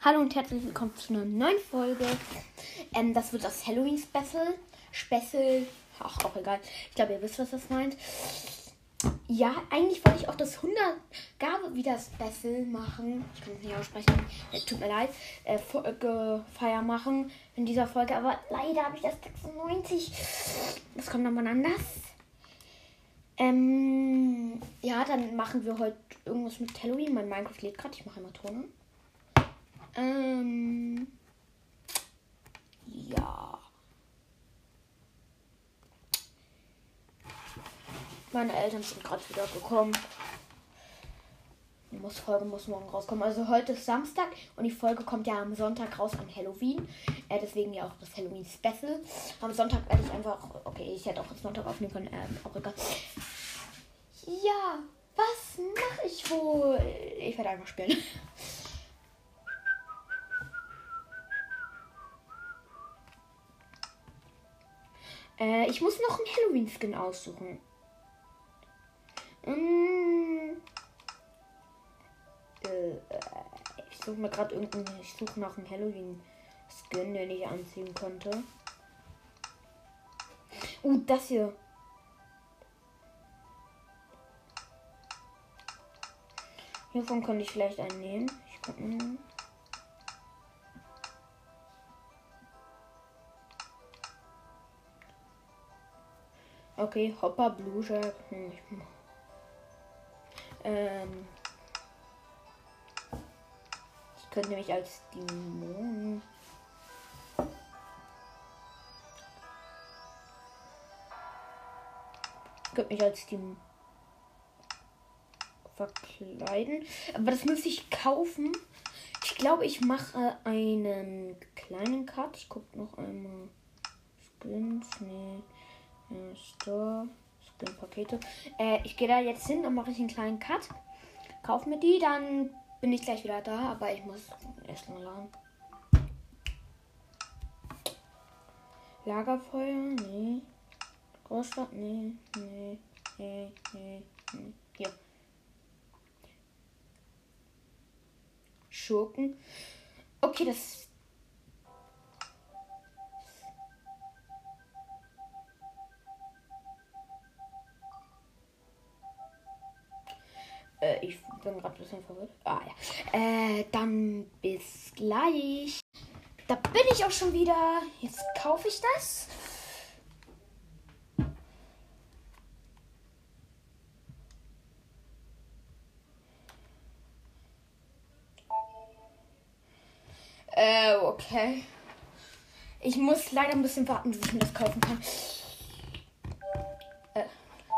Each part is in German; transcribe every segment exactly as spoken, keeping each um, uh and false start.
Hallo und herzlich willkommen zu einer neuen Folge. Ähm, das wird das Halloween-Special. Special. Ach, auch egal. Ich glaube, ihr wisst, was das meint. Ja, eigentlich wollte ich auch das hundert Gabe wieder Special machen. Ich kann es nicht aussprechen. Äh, tut mir leid. Äh, Feier machen in dieser Folge. Aber leider habe ich das sechsundneunzig. Das kommt nochmal anders. Ähm, ja, dann machen wir heute irgendwas mit Halloween. Mein Minecraft lädt gerade. Ich mache immer Ton an. Ähm, ja. Meine Eltern sind gerade wieder gekommen. Die muss Folge muss morgen rauskommen. Also heute ist Samstag und die Folge kommt ja am Sonntag raus an Halloween. Äh, deswegen ja auch das Halloween-Special. Am Sonntag werde ich einfach... Okay, ich hätte auch am Sonntag aufnehmen können. Ähm, auch egal. Ja, was mache ich wohl? Ich werde einfach spielen. Äh, ich muss noch einen Halloween-Skin aussuchen. Mm. Äh, ich suche mir gerade irgendeinen. Ich suche nach einem Halloween-Skin, den ich anziehen könnte. Uh, das hier. Hiervon könnte ich vielleicht einen nehmen. Ich gucke. Okay, Hopper Blue Jack. Hm. Ähm. Ich könnte nämlich als Dämon. Ich könnte mich als Dämon verkleiden. Aber das müsste ich kaufen. Ich glaube, ich mache einen kleinen Cut. Ich gucke noch einmal. Skins. Nee. Äh, Store. Skin-Pakete. Äh, ich gehe da jetzt hin und mache ich einen kleinen Cut. Kauf mir die, dann bin ich gleich wieder da. Aber ich muss erst mal laden. Lagerfeuer? Nee. Großstadt? Nee. Nee. Nee. Nee. Nee. Hier. Schurken. Okay, das. Äh, ich bin gerade ein bisschen verwirrt. Ah ja. Äh, dann bis gleich. Da bin ich auch schon wieder. Jetzt kaufe ich das. Äh, okay. Ich muss leider ein bisschen warten, bis ich mir das kaufen kann. Äh.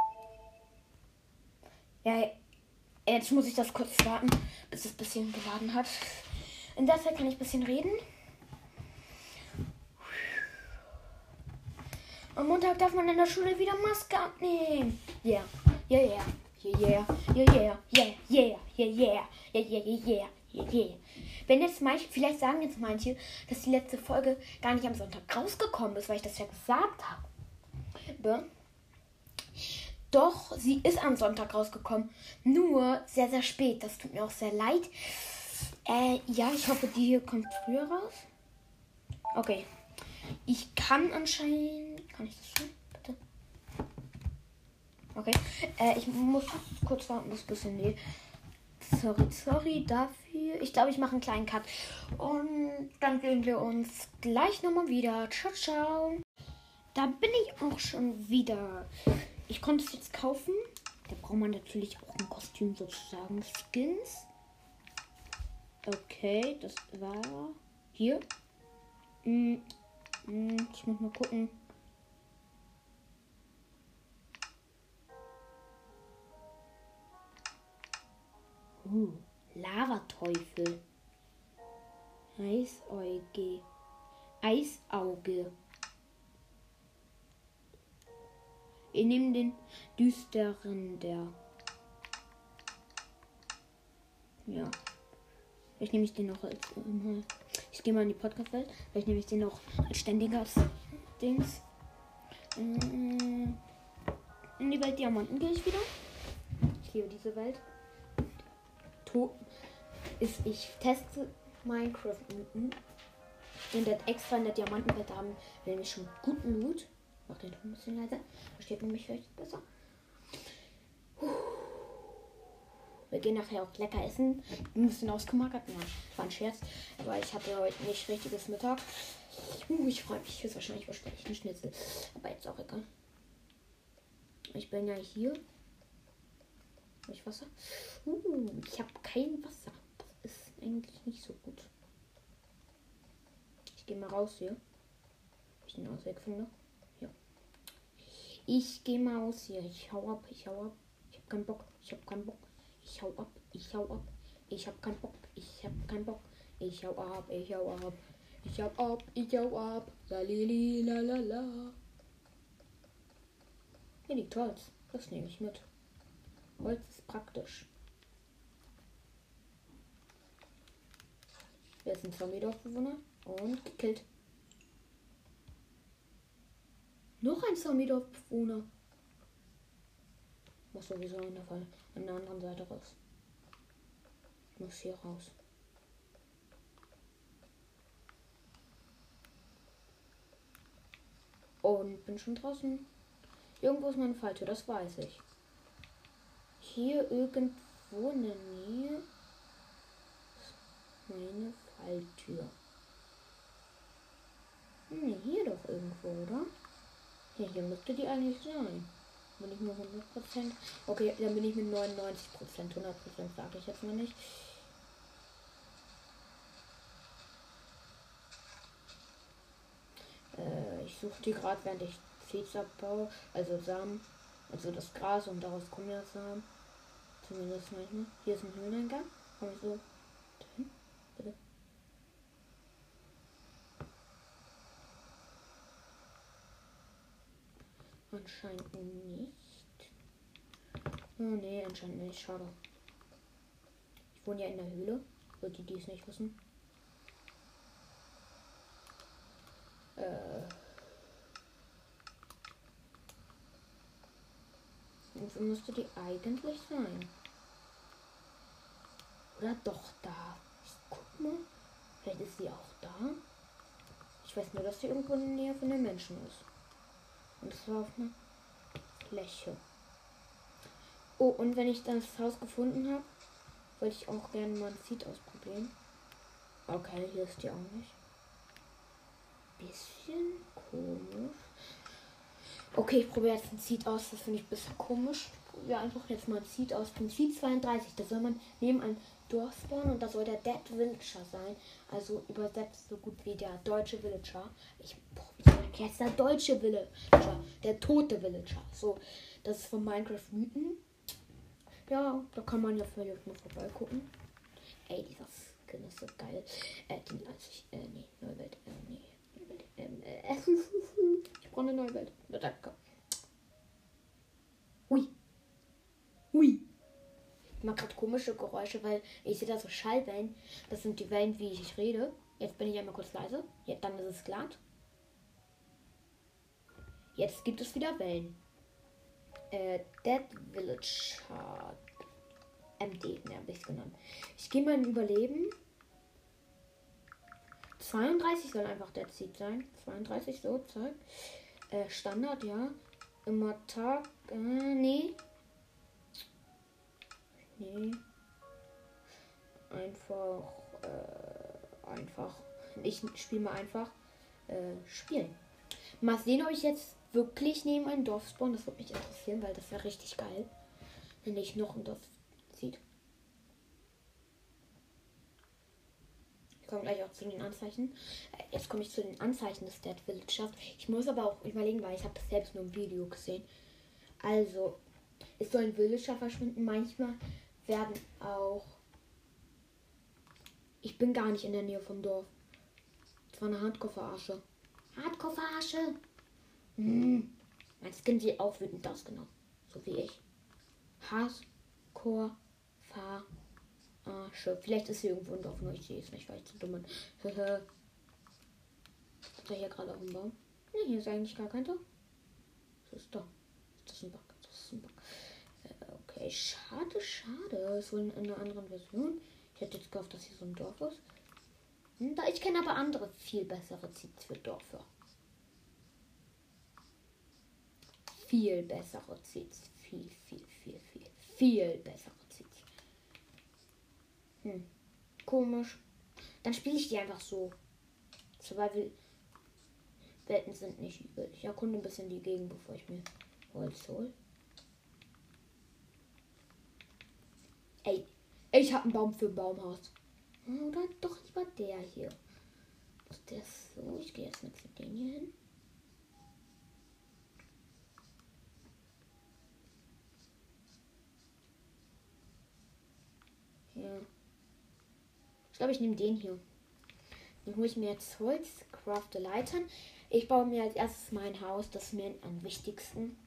Ja, jetzt muss ich das kurz warten, bis es ein bisschen geladen hat. In der Zeit kann ich ein bisschen reden. Am Montag darf man in der Schule wieder Maske abnehmen. Yeah, yeah, yeah, yeah, yeah, yeah, yeah, yeah, yeah, yeah, yeah, yeah, yeah, yeah, yeah. Wenn jetzt manche, vielleicht sagen jetzt manche, dass die letzte Folge gar nicht am Sonntag rausgekommen ist, weil ich das ja gesagt habe. Doch, sie ist am Sonntag rausgekommen. Nur sehr, sehr spät. Das tut mir auch sehr leid. Äh, ja, ich hoffe, die hier kommt früher raus. Okay. Ich kann anscheinend... Kann ich das schon? Bitte? Okay. Äh, ich muss kurz warten, bis es ein bisschen lädt. Sorry, sorry dafür. Ich glaube, ich mache einen kleinen Cut. Und dann sehen wir uns gleich nochmal wieder. Ciao, ciao. Da bin ich auch schon wieder. Ich konnte es jetzt kaufen. Da braucht man natürlich auch ein Kostüm sozusagen. Skins. Okay, das war hier. Hm, hm, ich muss mal gucken. Uh, Lavateufel. Eisauge. Eisauge. Wir nehmen den düsteren der. Ja. Vielleicht nehme ich den noch als. Äh, ich gehe mal in die Podcast-Welt. Vielleicht nehme ich den noch als ständiges Dings. Äh, in die Welt Diamanten gehe ich wieder. Ich liebe diese Welt. To ist ich teste Minecraft-Mythen. In der extra in der Diamantenwelt haben wir nämlich schon guten Loot. Mach den Ton ein bisschen leiser. Versteht man mich vielleicht besser. Wir gehen nachher auch lecker essen. Wir müssen ausgemarkert. Nein, war ein Scherz. Aber ich hatte heute nicht richtiges Mittag. Uh, ich freue mich. Wahrscheinlich bestelle ich einen Schnitzel. Aber jetzt auch egal. Ich bin ja hier. Habe ich Wasser? Uh, ich habe kein Wasser. Das ist eigentlich nicht so gut. Ich gehe mal raus hier. Ich den Ausweg finde. Ja. Ich gehe mal aus hier. Ich hau ab. Ich hau ab. Ich habe keinen Bock. Ich habe keinen Bock. Ich hau ab. Ich hau ab. Ich habe keinen Bock. Ich habe keinen Bock. Ich hau ab. Ich hau ab. Ich hau ab. Ich hau ab. Lalili, lalala. Hier liegt Holz. Das nehme ich mit. Holz ist praktisch. Wer ist ein Zombie-Dorfbewohner? Und gekillt. Noch ein Zombie-Dorfbewohner. Muss sowieso in der Fall an der anderen Seite raus. Ich muss hier raus. Und bin schon draußen. Irgendwo ist meine Falltür, das weiß ich. Hier irgendwo in der Nähe ist meine Falltür. Hm, hier doch irgendwo, oder? Ja, hier müsste die eigentlich sein. Bin ich nur hundert Prozent. Okay, dann bin ich mit neunundneunzig Prozent. hundert Prozent sage ich jetzt mal nicht. Äh, ich suche die gerade, während ich Seeds abbaue. Also Samen. Also das Gras und daraus kommen ja Samen. Zumindest manchmal. Hier ist ein Höhleneingang. Komm ich so dahin? Bitte. Anscheinend nicht. Oh nee, anscheinend nicht. Schade. Ich wohne ja in der Höhle. Für die, die es nicht wissen. Äh. Und so müsste die eigentlich sein. Oder doch da. Ich guck mal. Vielleicht ist sie auch da. Ich weiß nur, dass sie irgendwo in der Nähe von den Menschen ist. Und es war auf einer Fläche. Oh, und wenn ich das Haus gefunden habe, wollte ich auch gerne mal ein Seed ausprobieren. Okay, hier ist die auch nicht. Bisschen komisch. Okay, ich probiere jetzt ein Seed aus. Das finde ich ein bisschen komisch. Ich probiere einfach jetzt mal ein Seed aus. Von Seed zweiunddreißig. Da soll man neben einem Dorf spawnen und da soll der Dead Villager sein. Also übersetzt so gut wie der deutsche Villager. Ich, ich sag jetzt der deutsche Villager. Der tote Villager. So, das ist von Minecraft Mythen. Ja, da kann man ja vielleicht mal vorbeigucken. Ey, dieser Skin ist so geil. Äh, die, also ich, äh, nee, Neuwelt, äh, nee, Neuwelt, ähm, äh, ich brauche eine Neuwelt. Ja, danke. Hui. Hui. Ich mache gerade komische Geräusche, weil ich sehe da so Schallwellen. Das sind die Wellen, wie ich rede. Jetzt bin ich einmal kurz leise. Jetzt, dann ist es glatt. Jetzt gibt es wieder Wellen. Äh, Dead Villager. M D, ne, habe ich es genannt. Ich gehe mal in Überleben. zweiunddreißig soll einfach der Seed sein. zweiunddreißig, so, zack. Äh, Standard, ja. Immer Tag, äh, nee. Nee. Einfach, äh, einfach. Ich spiele mal einfach, äh, spielen. Mal sehen, ob ich jetzt wirklich neben einem Dorf spawn. Das würde mich interessieren, weil das wäre richtig geil. Wenn ich noch ein Dorf sieht. Ich komme gleich auch zu den Anzeichen. Jetzt komme ich zu den Anzeichen des Dead Villagers. Ich muss aber auch überlegen, weil ich habe das selbst nur im Video gesehen. Also, es soll ein Villager verschwinden. Manchmal werden auch... Ich bin gar nicht in der Nähe vom Dorf. Das war eine Hardcore-Verarsche. Hardcore-Verarsche! Hm. Mein Skin sieht auch wütend aus, genau. So wie ich. Hardcore-Verarsche. Vielleicht ist sie irgendwo ein Dorf, nur ich sehe es nicht, weil ich zu dumm bin. Ist da hier gerade auf dem Baum? Ne, hier ist eigentlich gar kein Dorf. Das ist doch. Das ist ein Bug. Das ist ein Bug. Okay, schade, schade. Ist wohl in einer anderen Version. Ich hätte jetzt gehofft, dass hier so ein Dorf ist. Hm, da ich kenne aber andere, viel bessere Seeds für Dörfer. Viel bessere Seeds. Viel, viel, viel, viel, viel bessere Seeds. Hm, komisch. Dann spiele ich die einfach so. Survival Welten sind nicht übel. Ich erkunde ein bisschen die Gegend, bevor ich mir Holz hole. Ey, ich habe einen Baum für ein Baumhaus. Oder doch lieber der hier. Ist der so? Ich gehe jetzt mit den hier hin. Ja. Ich glaube, ich nehme den hier. Dann hole ich mir jetzt Holz, crafte Leitern. Ich baue mir als erstes mein Haus. Das ist mir am wichtigsten.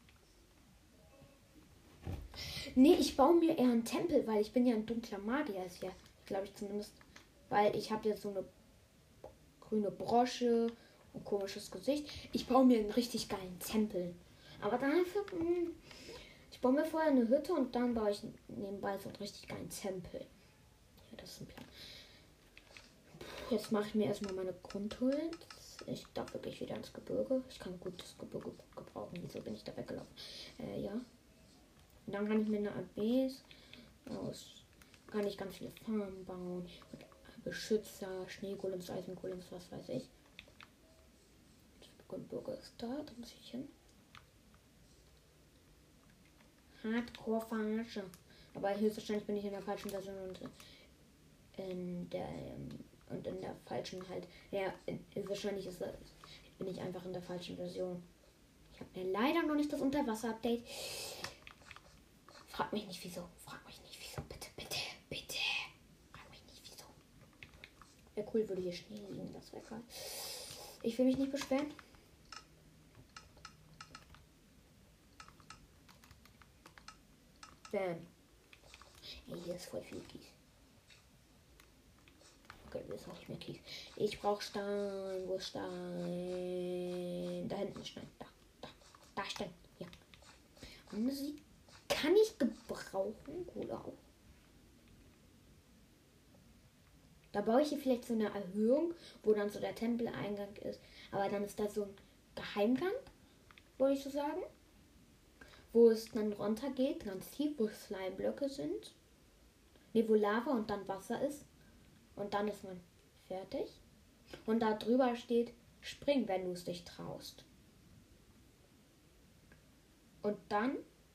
Nee, ich baue mir eher einen Tempel, weil ich bin ja ein dunkler Magier. Ist ja, glaube ich zumindest. Weil ich habe ja so eine grüne Brosche und komisches Gesicht. Ich baue mir einen richtig geilen Tempel. Aber dafür, mh, ich baue mir vorher eine Hütte und dann baue ich nebenbei so einen richtig geilen Tempel. Ja, das ist ein Plan. Puh, jetzt mache ich mir erstmal meine Grundhöhlen. Ich darf wirklich wieder ins Gebirge. Ich kann gut das Gebirge gut gebrauchen. Wieso bin ich da weggelaufen? Äh, ja. Und dann kann ich mir eine A Bs aus. Kann ich ganz viele Farmen bauen. Und Beschützer, Schneegolems, Eisengolems, was weiß ich. Gebirge ist da. Da muss ich hin. Hardcore Verarsche. Aber höchstwahrscheinlich bin ich in der falschen Version und in der und in der falschen halt. Ja, wahrscheinlich ist das, bin ich einfach in der falschen Version. Ich habe mir leider noch nicht das Unterwasser-Update. Frag mich nicht wieso. Frag mich nicht wieso. Bitte, bitte, bitte. Frag mich nicht wieso. Wäre cool, würde hier Schnee liegen. Das wäre geil. Ich will mich nicht beschweren. Bam. Ey, hier ist voll viel Kies. Okay, jetzt noch nicht mehr Kies. Ich brauche Stein. Wo ist Stein? Da hinten ist Stein. Da, da, da Stein. Ja. Und sie kann ich gebrauchen. Kohle auch. Da baue ich hier vielleicht so eine Erhöhung, wo dann so der Tempeleingang ist. Aber dann ist da so ein Geheimgang, wollte ich so sagen. Wo es dann runter geht, ganz tief, wo Slime-Blöcke sind. Ne, wo Lava und dann Wasser ist. Und dann ist man fertig. Und da drüber steht, spring, wenn du es dich traust. Und dann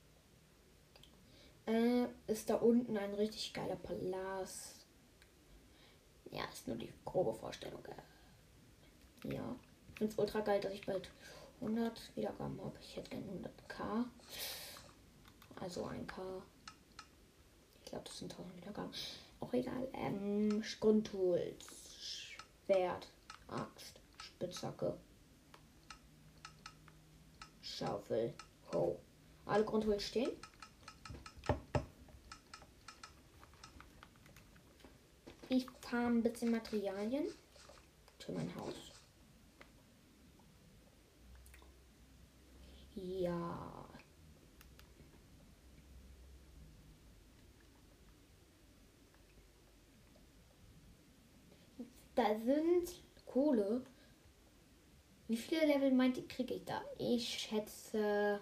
äh, ist da unten ein richtig geiler Palast. Ja, ist nur die grobe Vorstellung. Ja, ich finde es ultra geil, dass ich bald hundert Wiedergaben habe. Ich hätte gerne hunderttausend. Also ein K. Ich glaube, das sind tausend Wiedergaben. Auch egal. Ähm, Grundtools. Schwert. Axt. Spitzhacke. Schaufel. Ho. Alle Grundtools stehen. Ich farm ein bisschen Materialien für mein Haus. Ja. Da sind Kohle. Wie viele Level meint ihr, kriege ich da? Ich schätze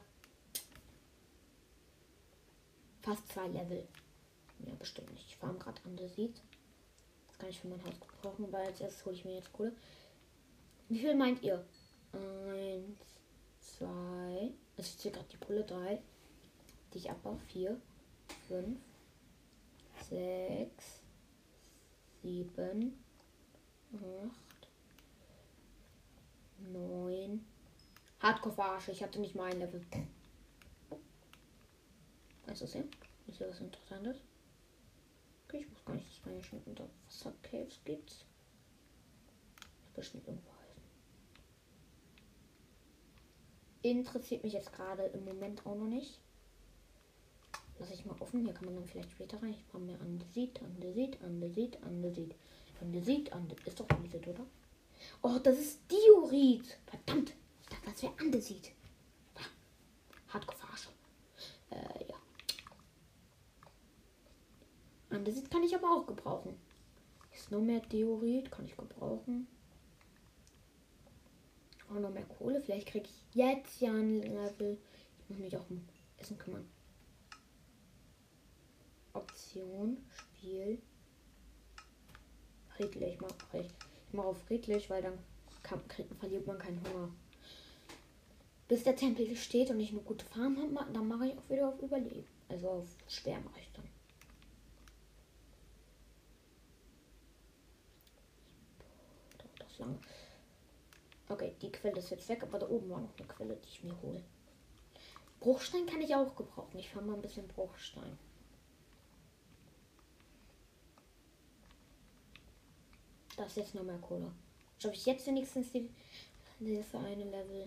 fast zwei Level. Ja, bestimmt nicht. Ich farm gerade Andesit. Das kann ich für mein Haus gebrauchen, weil als erstes hole ich mir jetzt Kohle. Wie viel meint ihr? Eins, zwei. Also ich zähle gerade die Kohle. Drei. Die ich abbaue. Vier. Fünf. Sechs. Sieben. Acht. Neun. Hardcore-Verarsche. Ich hatte nicht mal ein Level. Weißt du sehen? Ist ja was Interessantes. Okay, ich wusste gar nicht, dass man ja schon unter Wasser-Caves gibt. Bestimmt irgendwo heißen. Interessiert mich jetzt gerade im Moment auch noch nicht. Lass ich mal offen. Hier kann man dann vielleicht später rein. Ich brauche mir Andesit, Andesit, Andesit, Andesit. Andesit, Andesit. Ist doch Andesit, oder? Oh, das ist Diorit. Verdammt. Ich dachte, das wäre Andesit. Hardcore-Verarsche. Äh, ja. Andesit kann ich aber auch gebrauchen. Jetzt noch mehr Diorit, kann ich gebrauchen. Auch noch mehr Kohle. Vielleicht kriege ich jetzt ja ein Level. Ich muss mich auch um Essen kümmern. Option, Spiel. Friedlich, mach ich. Ich mache auf friedlich, weil dann kann, kriegt, verliert man keinen Hunger. Bis der Tempel steht und ich eine gute Farm habe, dann mache ich auch wieder auf Überleben. Also auf schwer mache ich dann. Dauert das lange. Okay, die Quelle ist jetzt weg, aber da oben war noch eine Quelle, die ich mir hole. Bruchstein kann ich auch gebrauchen. Ich fahre mal ein bisschen Bruchstein. Das ist jetzt noch mehr Kohle. Schaffe ich jetzt wenigstens die, das eine Level?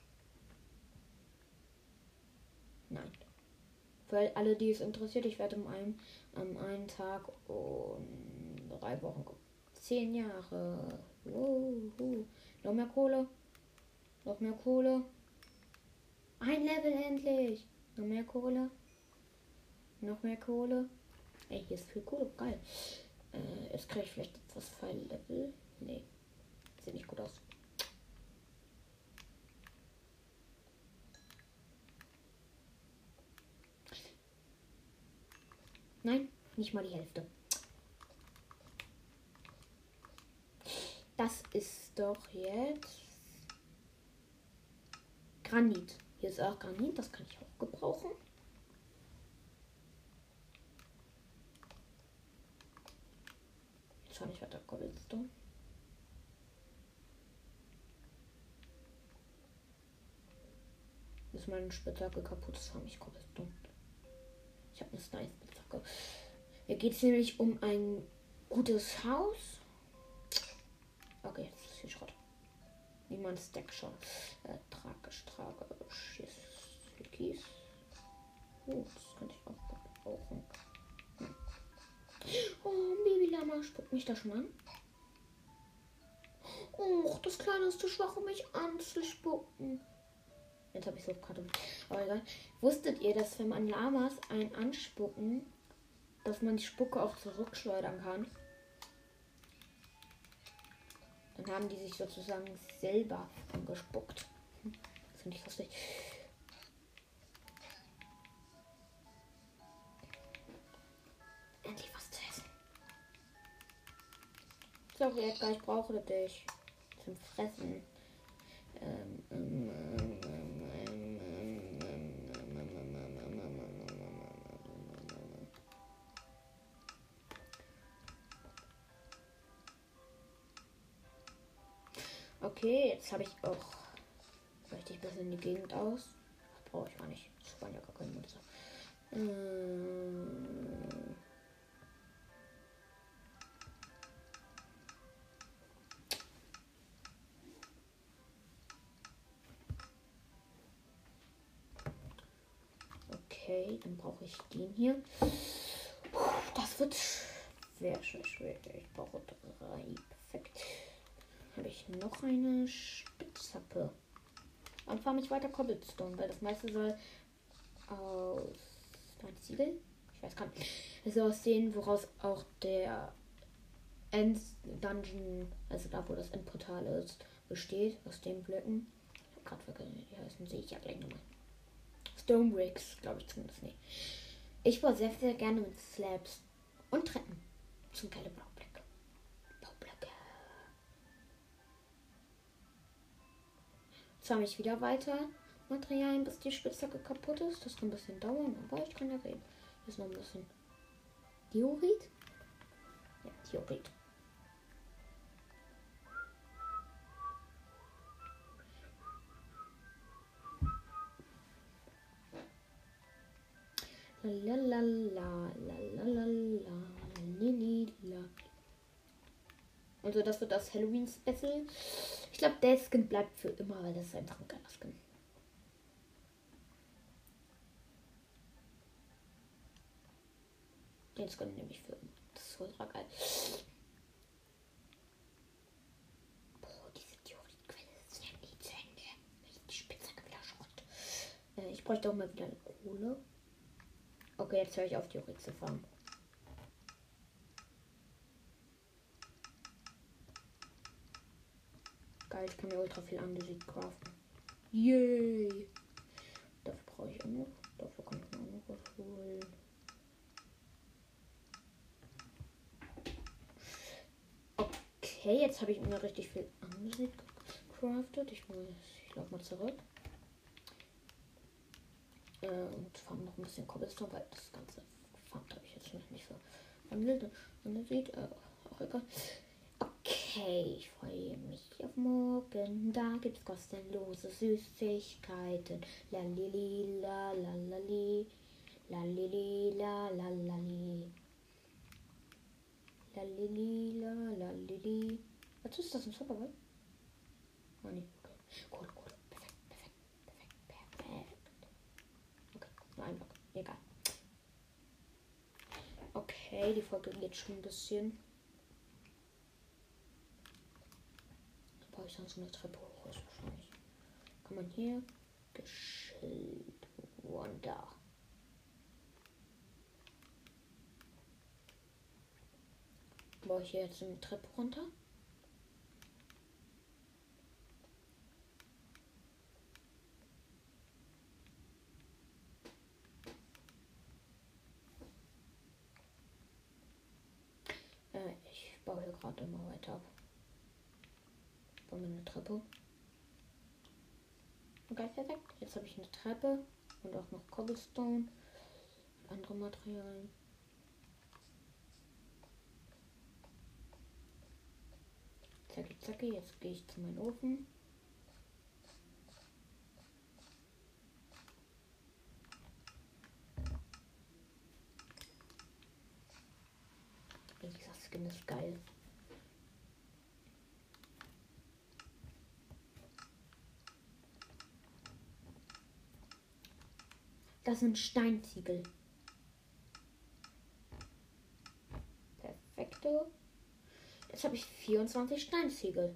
Nein. Für alle, die es interessiert, ich werde um einen, um einen Tag und drei Wochen. Zehn Jahre. Wuhu. Noch mehr Kohle. Noch mehr Kohle. Ein Level endlich. Noch mehr Kohle. Noch mehr Kohle. Ey, hier ist viel Kohle. Geil. Äh, jetzt kriege ich vielleicht etwas Pfeil-Level. Nee. Sieht nicht gut aus. Nein, nicht mal die Hälfte. Das ist doch jetzt Granit. Hier ist auch Granit, das kann ich auch gebrauchen. Jetzt fahre ich weiter Cobblestone. Ist meine Spitzhacke kaputt, das habe ich Cobblestone. Ich habe eine Snipe-Spitzhacke. Hier geht es nämlich um ein gutes Haus. Okay, jetzt ist hier Schrott. Niemand Stack schon. Äh, tragisch, tragisch. Yes. Kies. Oh, das könnte ich auch gebrauchen. Hm. Oh, ein Babylama spuckt mich da schon an. Oh, das Kleine ist zu schwach, um mich anzuspucken. Jetzt habe ich so gerade. Aber egal. Wusstet ihr, dass wenn man Lamas einen anspucken, dass man die Spucke auch zurückschleudern kann? Dann haben die sich sozusagen selber angespuckt. Das finde ich lustig. Endlich was zu essen. Sorry, Edgar, ich brauche dich zum Fressen. Ähm, ähm, ähm, Okay, jetzt habe ich auch. Möchte ich ein bisschen in die Gegend aus. Brauche ich gar nicht. Das waren ja gar keine Monster. Ähm. Okay, dann brauche ich den hier. Das wird sehr schwer. Ich brauche drei. Perfekt. Habe ich noch eine Spitzhacke. Und fahre mich weiter Cobblestone, weil das meiste soll aus ein Ziegel. Ich weiß gar nicht. Es soll aussehen, woraus auch der End Dungeon, also da wo das Endportal ist, besteht, aus den Blöcken. Ich habe gerade vergessen, wie die heißen, sehe ich ja gleich nochmal. Stone Bricks, glaube ich zumindest nicht. Ich baue sehr, sehr gerne mit Slabs und Treppen zum Keller Baublöcke. Baublöcke. Jetzt habe ich wieder weiter Materialien, bis die Spitzhacke kaputt ist. Das kann ein bisschen dauern, aber ich kann ja reden. Hier ist noch ein bisschen Diorit. Ja, Diorit. Lalalala, lalalala, lalila. Also das wird das Halloween-Special. Ich glaube, der Skin bleibt für immer, weil das ist einfach ein geiler Skin. Den Skin nehme ich für immer. Das ist ultra geil. Boah, diese Diorit-Quelle ist ja nie zu Ende. Die Spitzhacke wieder Schrott. Äh, ich bräuchte auch mal wieder Kohle. Okay, jetzt höre ich auf, Diorit zu fahren. Geil, ich kann mir ultra viel Andesit craften. Yay! Dafür brauche ich auch noch. Dafür kann ich mir auch noch was holen. Okay, jetzt habe ich mir richtig viel Andesit gecraftet. Ich muss, ich laufe mal zurück. Äh, und farm noch ein bisschen Cobblestone, weil das ganze gefarmt habe ich jetzt noch nicht so verwandelt. Andesit, äh, auch egal. Okay, ich freue mich auf morgen. Da gibt's kostenlose Süßigkeiten. Lalili, la la la li. Lalili, la la la li. Lalili, la la li. Was ist das, ein Zauberwald? Oh nee, okay. Cool, cool. Perfekt, perfekt, perfekt, perfekt. Okay, nur ein Block. Egal. Okay, die Folge geht schon ein bisschen. Brauche ich sonst eine Treppe hoch, ist wahrscheinlich. Kann man hier geschillt runter. Brauche ich hier jetzt eine Treppe runter? Äh, ich baue hier gerade immer weiter ab. Ich baue mir eine Treppe. Okay, perfekt. Jetzt habe ich eine Treppe und auch noch Cobblestone. Andere Materialien. Zacki, zacki. Jetzt gehe ich zu meinem Ofen. Dieser Skin ist geil. Das sind Steinziegel. Perfekto. Jetzt habe ich vierundzwanzig Steinziegel.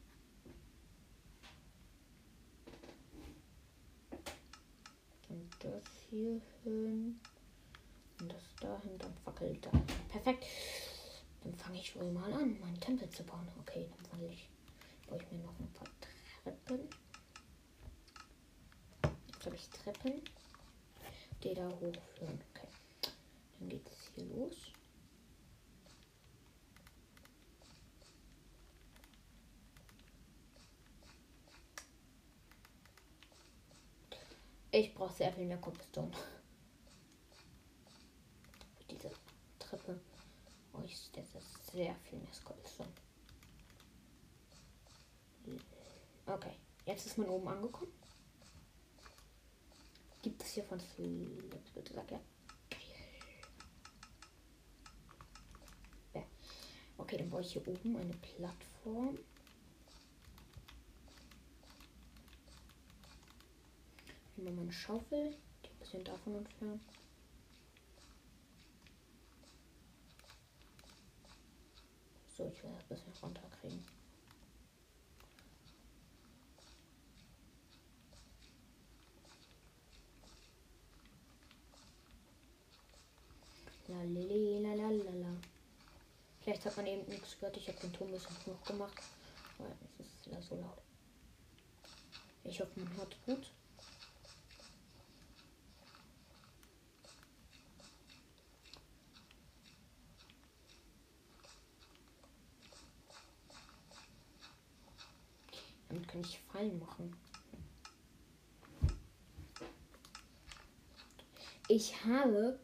Und das hier hin. Und das dahin, dann fackelt da. Perfekt. Dann fange ich wohl mal an, meinen Tempel zu bauen. Okay, dann fange ich. Baue ich mir noch ein paar Treppen. Jetzt habe ich Treppen, die da hochführen. Okay. Dann geht es hier los. Ich brauche sehr viel mehr Cobblestone. Diese Treppe. Oh, ich setze sehr viel mehr Cobblestone. Okay, jetzt ist man oben angekommen. Gibt es hier von Slip, bitte sag ja. Ja. Okay, dann baue ich hier oben eine Plattform. Nehmen wir mal eine Schaufel, die ein bisschen davon entfernen. So, ich will das ein bisschen runterkriegen. Lalalala. Vielleicht hat man eben nichts gehört. Ich habe den Ton ein bisschen hoch gemacht. Aber es ist wieder so laut. Ich hoffe, man hört gut. Damit kann ich Fallen machen. Ich habe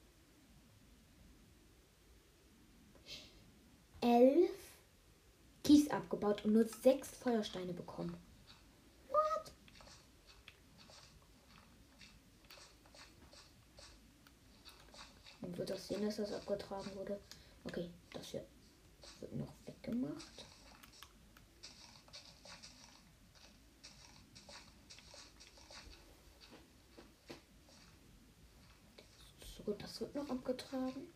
elf Kies abgebaut und nur sechs Feuersteine bekommen. What? Man wird das sehen, dass das abgetragen wurde. Okay, das hier wird noch weggemacht. So, das wird noch abgetragen.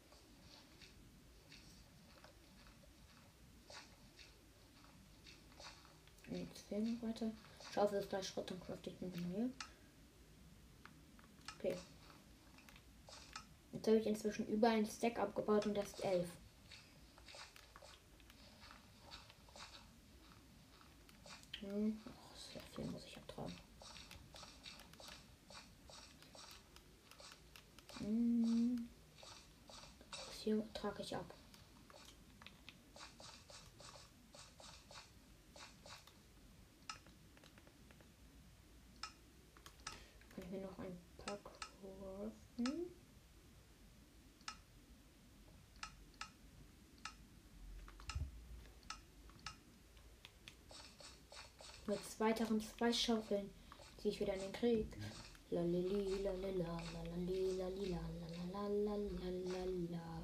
Jetzt fehlen noch weiter. Schaufel ist gleich Schrott, dann craft ich mir eine neue. Okay. Jetzt habe ich inzwischen über ein Stack abgebaut und das ist elf. Hm. Ach, sehr viel muss ich abtragen. Hm. Das hier trage ich ab. Kann ich mir noch ein paar craften? Mit weiteren zwei Schaufeln ziehe ich wieder in den Krieg. Lalili, lalila, lalali, lalila, lalala.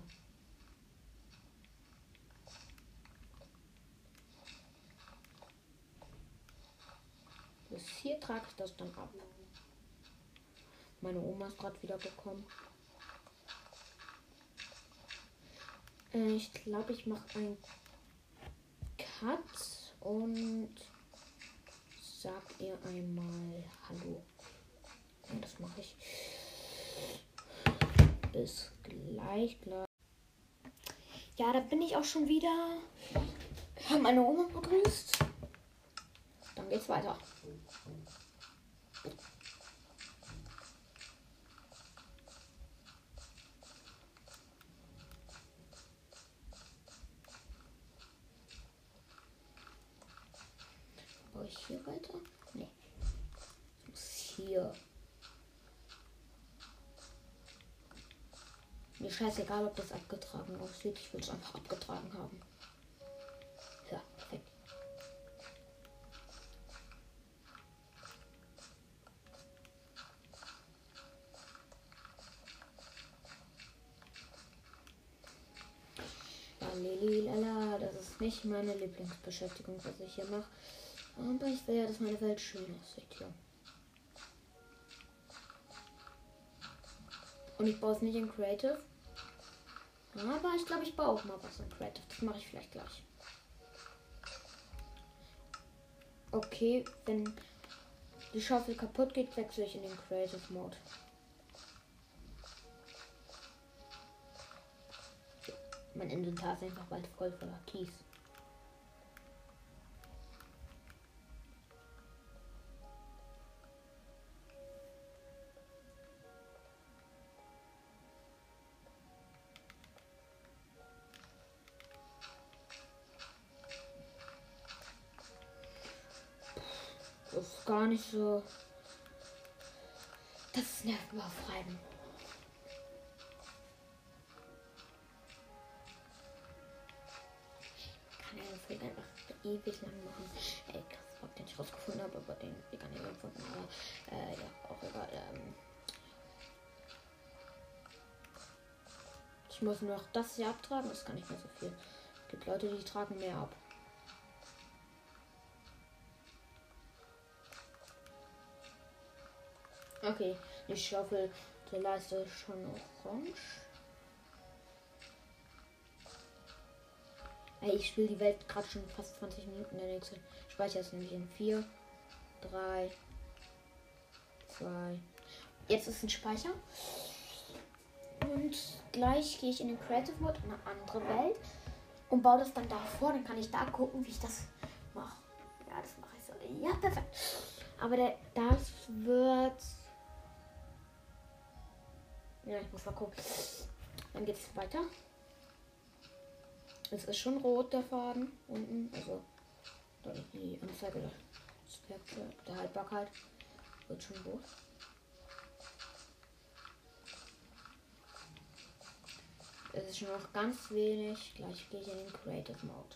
Bis hier trage ich das dann ab. Meine Oma ist gerade wieder gekommen. Äh, ich glaube, ich mache einen Cut und sag ihr einmal Hallo. Und das mache ich. Bis gleich, gleich. Ja, da bin ich auch schon wieder. Ich habe meine Oma begrüßt. Dann geht's weiter. Baue ich hier weiter? Nee. Ich muss hier. Mir scheißegal, ob das abgetragen aussieht. Ich will es einfach abgetragen haben. Ja, perfekt. Lala, das ist nicht meine Lieblingsbeschäftigung, was ich hier mache. Aber ich will ja, dass meine Welt schön aussieht hier. Und ich baue es nicht in Creative. Aber ich glaube, ich baue auch mal was in Creative. Das mache ich vielleicht gleich. Okay, wenn die Schaufel kaputt geht, wechsle ich in den Creative Mode. Mein Inventar ist einfach bald voll voller Kies. Das ist gar nicht so. Das ist nervenaufreibend. Folge einfach ewig lang machen. Ey, krass, ob den ich rausgefunden habe, aber den ich gar nicht gefunden habe. Äh, ja, auch egal. Ähm ich muss nur noch das hier abtragen, das ist gar nicht mehr so viel. Es gibt Leute, die tragen mehr ab. Okay, die Schaufel der Leiste ist schon orange. Ey, ich spiele die Welt gerade schon fast zwanzig Minuten. Der nächste Speicher ist nämlich in vier, drei, zwei. Jetzt ist ein Speicher. Und gleich gehe ich in den Creative Mode, in eine andere Welt. Und baue das dann davor. Dann kann ich da gucken, wie ich das mache. Ja, das mache ich so. Ja, perfekt. Aber der, das wird... Ja, ich muss mal gucken. Dann geht es weiter. Es ist schon rot, der Faden unten. Also die Anzeige der, der Haltbarkeit wird schon rot. Es ist schon noch ganz wenig. Gleich gehe ich in den Creative Mode.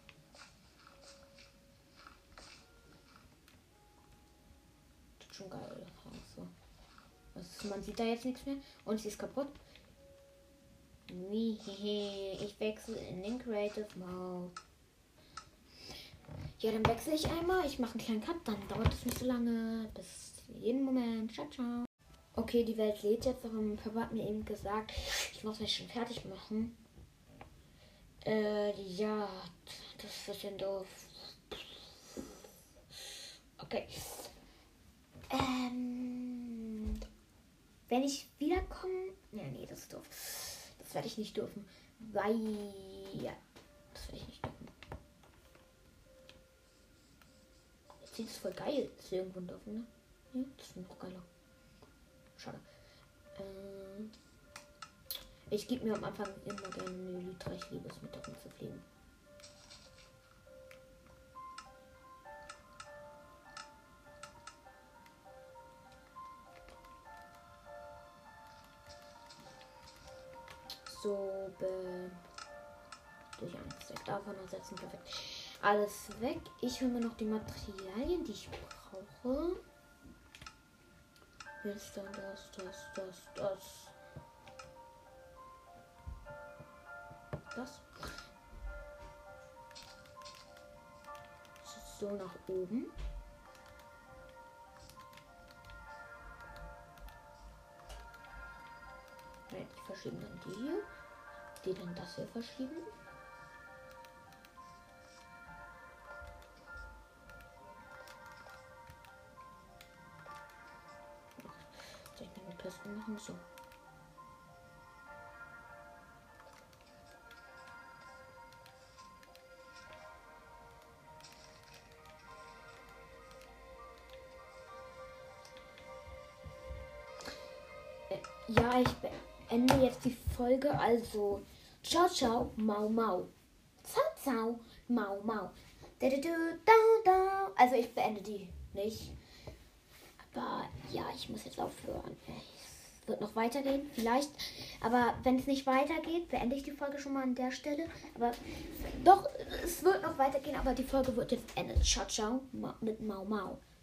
Das ist schon geil. Also, also man sieht da jetzt nichts mehr. Und sie ist kaputt. Ich wechsle in den Creative Mode. Ja, dann wechsle ich einmal. Ich mache einen kleinen Cut. Dann dauert es nicht so lange. Bis jeden Moment. Ciao, ciao. Okay, die Welt lädt jetzt. Aber mein Papa hat mir eben gesagt, ich muss mich schon fertig machen. Äh, ja, das ist ein bisschen doof. Okay. Ähm, wenn ich wiederkomme... Ja, nee, das ist doof. Das werde ich nicht dürfen. Weil... Ja, das werde ich nicht dürfen. zieht es voll geil. Ist hier irgendwo ein Dorf, ne? Ja, das ist noch geiler. Schade. Ähm, ich gebe mir am Anfang immer gerne eine Elytra. Ich liebe es, mit darum zu fliegen. So, be durch ein Stack davon ersetzen. Perfekt. Alles weg. Ich hole mir noch die Materialien, die ich brauche. Jetzt dann das, das, das, das. Das. So nach oben. Nein, ich verschiebe dann die hier. Die dann das hier verschieben. Soll ich eine Piste machen? So. Ja, ich beende jetzt die Folge. Also, ciao, ciao, mau, mau. Ciao, ciao, mau, mau. Da, da, da, da. Also, ich beende die nicht. Aber ja, ich muss jetzt aufhören. Es wird noch weitergehen, vielleicht. Aber wenn es nicht weitergeht, beende ich die Folge schon mal an der Stelle. Aber doch, es wird noch weitergehen, aber die Folge wird jetzt enden. Ciao, ciao, mit mau, mau.